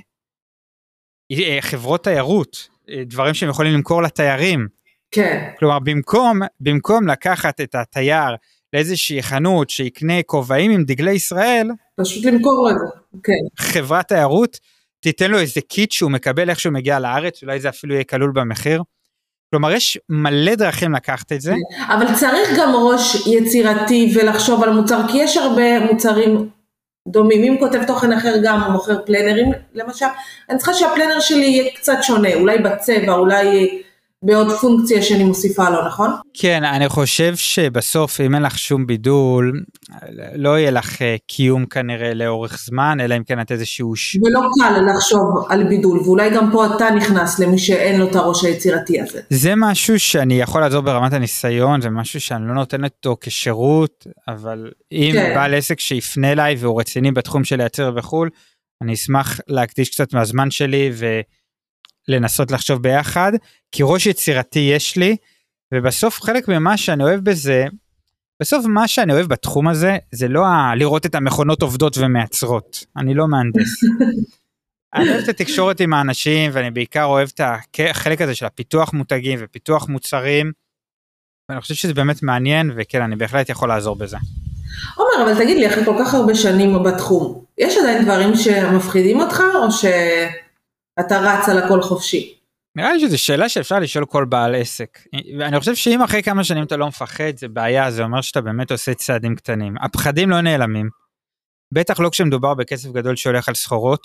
חברות תיירות, דברים שהם יכולים למכור לתיירים. כן. כלומר, במקום, במקום לקחת את התייר לאיזושהי חנות שיקנה כובעים עם דגלי ישראל, פשוט למכור את זה, כן. חברת תיירות, תיתן לו איזה קיט שהוא מקבל איך שהוא מגיע לארץ, אולי זה אפילו יהיה כלול במחיר. כלומר, יש מלא דרכים לקחת את זה. אבל צריך גם ראש יצירתי ולחשוב על מוצר, כי יש הרבה מוצרים דומים. אם כותב תוכן אחר גם, הוא מוכר פלנרים, למשל, אני צריכה שהפלנר שלי יהיה קצת שונה, אולי בצבע, אולי בעוד פונקציה שאני מוסיפה לו, נכון? כן, אני חושב שבסוף, אם אין לך שום בידול, לא יהיה לך קיום כנראה לאורך זמן, אלא אם כן את איזשהו... ולא קל לחשוב על בידול, ואולי גם פה אתה נכנס למי שאין לו את הראש היצירתי הזה. זה משהו שאני יכול לעזור ברמת הניסיון, זה משהו שאני לא נותן אותו כשירות, אבל אם כן. בעל עסק שיפנה אליי, והוא רציני בתחום של לייצר בחול, אני אשמח להקדיש קצת מהזמן שלי, ו... לנסות לחשוב ביחד, כי ראש יצירתי יש לי, ובסוף חלק ממה שאני אוהב בזה, בסוף מה שאני אוהב בתחום הזה, זה לא ה- לראות את המכונות עובדות ומייצרות, אני לא מהנדס. אני אוהב את התקשורת עם האנשים, ואני בעיקר אוהב את החלק הזה של הפיתוח מותגים, ופיתוח מוצרים, ואני חושב שזה באמת מעניין, וכן, אני בהחלט יכול לעזור בזה. עומר, אבל תגיד לי, אחרי כל כך הרבה שנים בתחום, יש עדיין דברים שמפחידים אותך, או ש... אתה רץ על הכל חופשי. נראה לי שזו שאלה שאפשר לשאול כל בעל עסק. ואני חושב שאם אחרי כמה שנים אתה לא מפחד, זה בעיה, זה אומר שאתה באמת עושה צעדים קטנים. הפחדים לא נעלמים. בטח לא כשמדובר בכסף גדול שהולך על סחורות.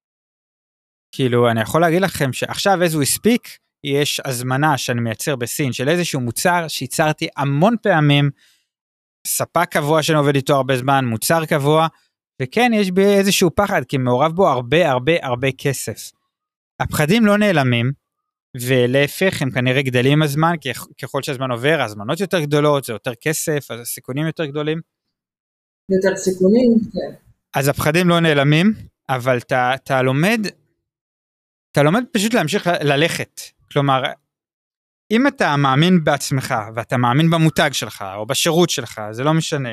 כאילו, אני יכול להגיד לכם שעכשיו איזו הספיק, יש הזמנה שאני מייצר בסין, של איזשהו מוצר שייצרתי המון פעמים, ספק קבוע שאני עובד איתו הרבה זמן, מוצר קבוע, וכן, יש בי איזשהו פחד, כי מעורב בו הרבה הרבה הרבה כסף. הפחדים לא נעלמים, ולהפך הם כנראה גדלים עם הזמן, כי ככל שהזמן עובר, הזמנות יותר גדולות, זה יותר כסף, אז הסיכונים יותר גדולים. יותר סיכונים, כן. אז הפחדים לא נעלמים, אבל אתה, אתה לומד, אתה לומד פשוט להמשיך ללכת. כלומר, אם אתה מאמין בעצמך, ואתה מאמין במותג שלך, או בשירות שלך, זה לא משנה,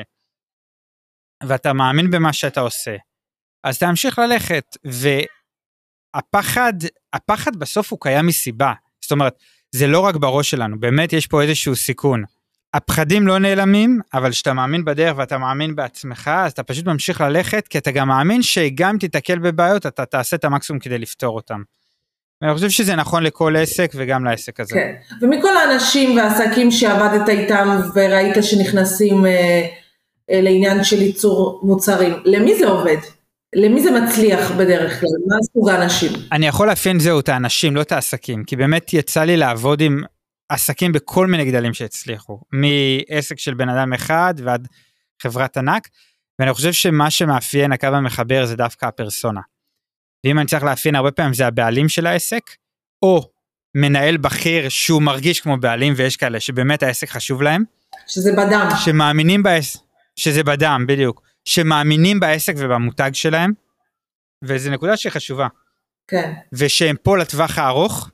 ואתה מאמין במה שאתה עושה, אז תמשיך ללכת, ו... הפחד, הפחד בסוף הוא קיים מסיבה, זאת אומרת, זה לא רק בראש שלנו, באמת יש פה איזשהו סיכון, הפחדים לא נעלמים, אבל שאתה מאמין בדרך ואתה מאמין בעצמך, אז אתה פשוט ממשיך ללכת, כי אתה גם מאמין שגם תתקל בבעיות, אתה תעשה את המקסימום כדי לפתור אותם. ואני חושב שזה נכון לכל עסק וגם לעסק הזה. כן, ומכל האנשים והעסקים שעבדת איתם וראית שנכנסים אה, אה, לעניין של ייצור מוצרים, למי זה עובד? למי זה מצליח בדרך כלל? מה סוג האנשים? אני יכול להפיין זהו את האנשים, לא את העסקים, כי באמת יצא לי לעבוד עם עסקים בכל מיני גדלים שהצליחו, מעסק של בן אדם אחד ועד חברת ענק, ואני חושב שמה שמאפיין הקו המחבר זה דווקא הפרסונה. ואם אני צריך להפיין הרבה פעמים זה הבעלים של העסק, או מנהל בכיר שהוא מרגיש כמו בעלים, ויש כאלה שבאמת העסק חשוב להם. שזה בדם. שמאמינים בעסק, שזה בדם, בדיוק. שמאמינים בעסק ובמותג שלהם, וזו נקודה שהיא חשובה. כן. ושהם פה לטווח הארוך,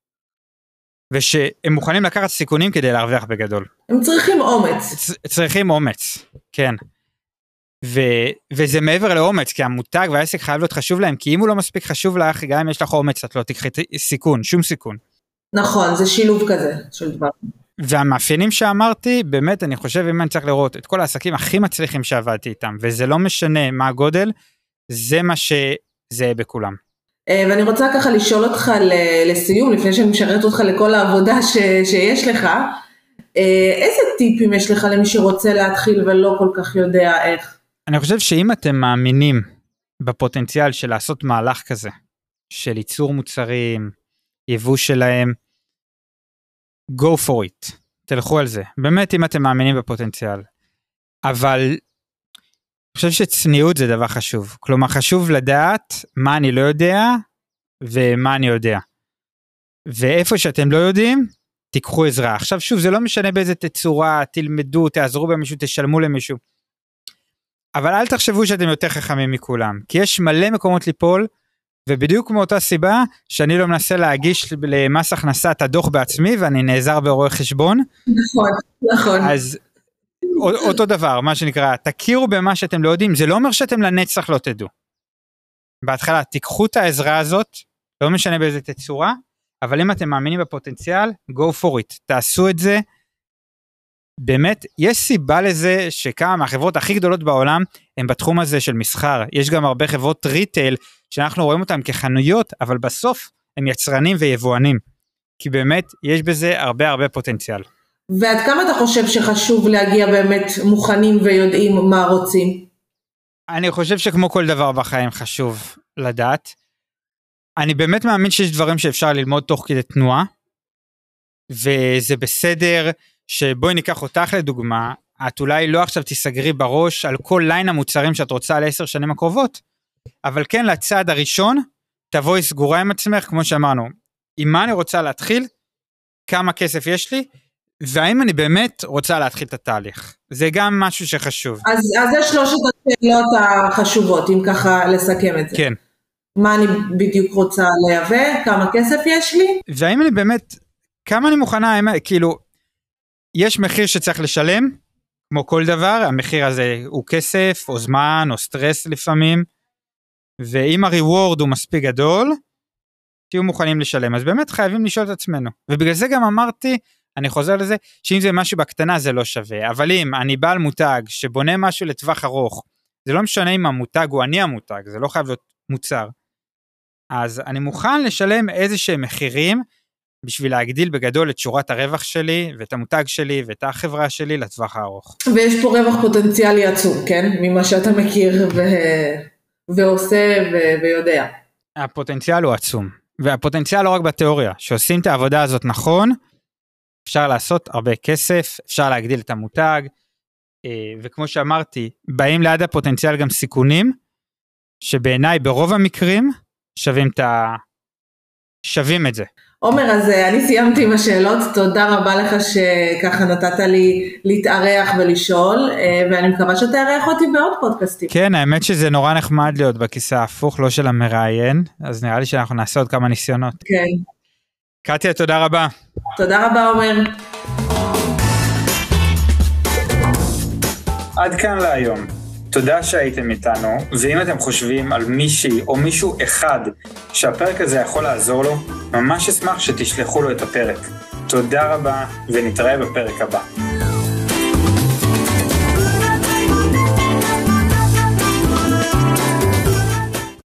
ושהם מוכנים לקחת סיכונים כדי להרוויח בגדול. הם צריכים אומץ. צ- צריכים אומץ, כן. ו- וזה מעבר לאומץ, כי המותג והעסק חייב להיות חשוב להם, כי אם הוא לא מספיק חשוב לך, גם אם יש לך אומץ, את לא תקחי סיכון, שום סיכון. נכון, זה שילוב כזה של דבר. והמאפיינים שאמרתי, באמת אני חושב אם אני צריך לראות את כל העסקים הכי מצליחים שעבדתי איתם, וזה לא משנה מה הגודל, זה מה שזה בכולם. ואני רוצה ככה לשאול אותך לסיום, לפני שאני משרת אותך לכל העבודה ש, שיש לך, איזה טיפים יש לך למי שרוצה להתחיל ולא כל כך יודע איך? אני חושב שאם אתם מאמינים בפוטנציאל של לעשות מהלך כזה, של ייצור מוצרים, יבוא שלהם, go for it, תלכו על זה. באמת אם אתם מאמינים בפוטנציאל. אבל אני חושב שצניעות זה דבר חשוב. כלומר חשוב לדעת מה אני לא יודע ומה אני יודע. ואיפה שאתם לא יודעים, תיקחו עזרה. עכשיו שוב, זה לא משנה באיזה תצורה, תלמדו, תעזרו במישהו, תשלמו למישהו. אבל אל תחשבו שאתם יותר חכמים מכולם. כי יש מלא מקומות ליפול, ובדיוק כמו אותה סיבה, שאני לא מנסה להגיש למס הכנסה את הדוח בעצמי, ואני נעזר ברואה חשבון. נכון, נכון. אז אותו דבר, מה שנקרא, תכירו במה שאתם לא יודעים, זה לא אומר שאתם לנצח לא תדעו. בהתחלה, תיקחו את העזרה הזאת, לא משנה באיזה תצורה, אבל אם אתם מאמינים בפוטנציאל, go for it, תעשו את זה. באמת, יש סיבה לזה שכמה מהחברות הכי גדולות בעולם, הם בתחום הזה של מסחר. יש גם הרבה חברות ריטייל, שאנחנו רואים אותם כחנויות, אבל בסוף הם יצרנים ויבואנים. כי באמת, יש בזה הרבה הרבה פוטנציאל. ועד כמה אתה חושב שחשוב להגיע באמת מוכנים ויודעים מה רוצים? אני חושב שכמו כל דבר בחיים חשוב לדעת. אני באמת מאמין שיש דברים שאפשר ללמוד תוך כדי תנועה, וזה בסדר שבואי ניקח אותך לדוגמה, את אולי לא עכשיו תסגרי בראש על כל ליין המוצרים שאת רוצה לעשר שנים הקרובות, אבל כן לצעד הראשון, תבואי סגורה עם עצמך, כמו שאמרנו, עם מה אני רוצה להתחיל, כמה כסף יש לי, והאם אני באמת רוצה להתחיל את התהליך. זה גם משהו שחשוב. אז, אז זה שלושת השאלות החשובות, אם ככה לסכם את זה. כן. מה אני בדיוק רוצה לייבא, כמה כסף יש לי? והאם אני באמת, כמה אני מוכנה, כאילו, יש מחיר שצריך לשלם, כמו כל דבר, המחיר הזה הוא כסף, או זמן, או סטרס לפעמים, ואם הריוורד הוא מספיק גדול, תהיו מוכנים לשלם, אז באמת חייבים לשאול את עצמנו, ובגלל זה גם אמרתי, אני חוזר לזה, שאם זה משהו בקטנה זה לא שווה, אבל אם אני בעל מותג, שבונה משהו לטווח ארוך, זה לא משנה אם המותג הוא אני המותג, זה לא חייב להיות מוצר, אז אני מוכן לשלם איזה שהם מחירים, בשביל להגדיל בגדול את שורת הרווח שלי, ואת המותג שלי, ואת החברה שלי לטווח הארוך. ויש פה רווח פוטנציאלי עצום, כן? ממה שאתה מכיר ו... ועושה ו... ויודע. הפוטנציאל הוא עצום, והפוטנציאל לא רק בתיאוריה, שעושים את העבודה הזאת נכון, אפשר לעשות הרבה כסף, אפשר להגדיל את המותג, וכמו שאמרתי, באים ליד הפוטנציאל גם סיכונים, שבעיניי ברוב המקרים, שווים את ה... שווים את זה. עומר, אז אני סיימתי עם השאלות, תודה רבה לך שככה נתת לי להתארח ולשאול, ואני מקווה שתארח אותי בעוד פודקאסטים. כן, האמת שזה נורא נחמד להיות בכיסא ההפוך, לא של המראיין, אז נראה לי שאנחנו נעשה עוד כמה ניסיונות. כן. קטיה, תודה רבה. תודה רבה, עומר. עד כאן להיום. תודה שהייתם איתנו, ואם אתם חושבים על מישהי או מישהו אחד שהפרק הזה יכול לעזור לו, ממש אשמח שתשלחו לו את הפרק. תודה רבה ונתראה בפרק הבא.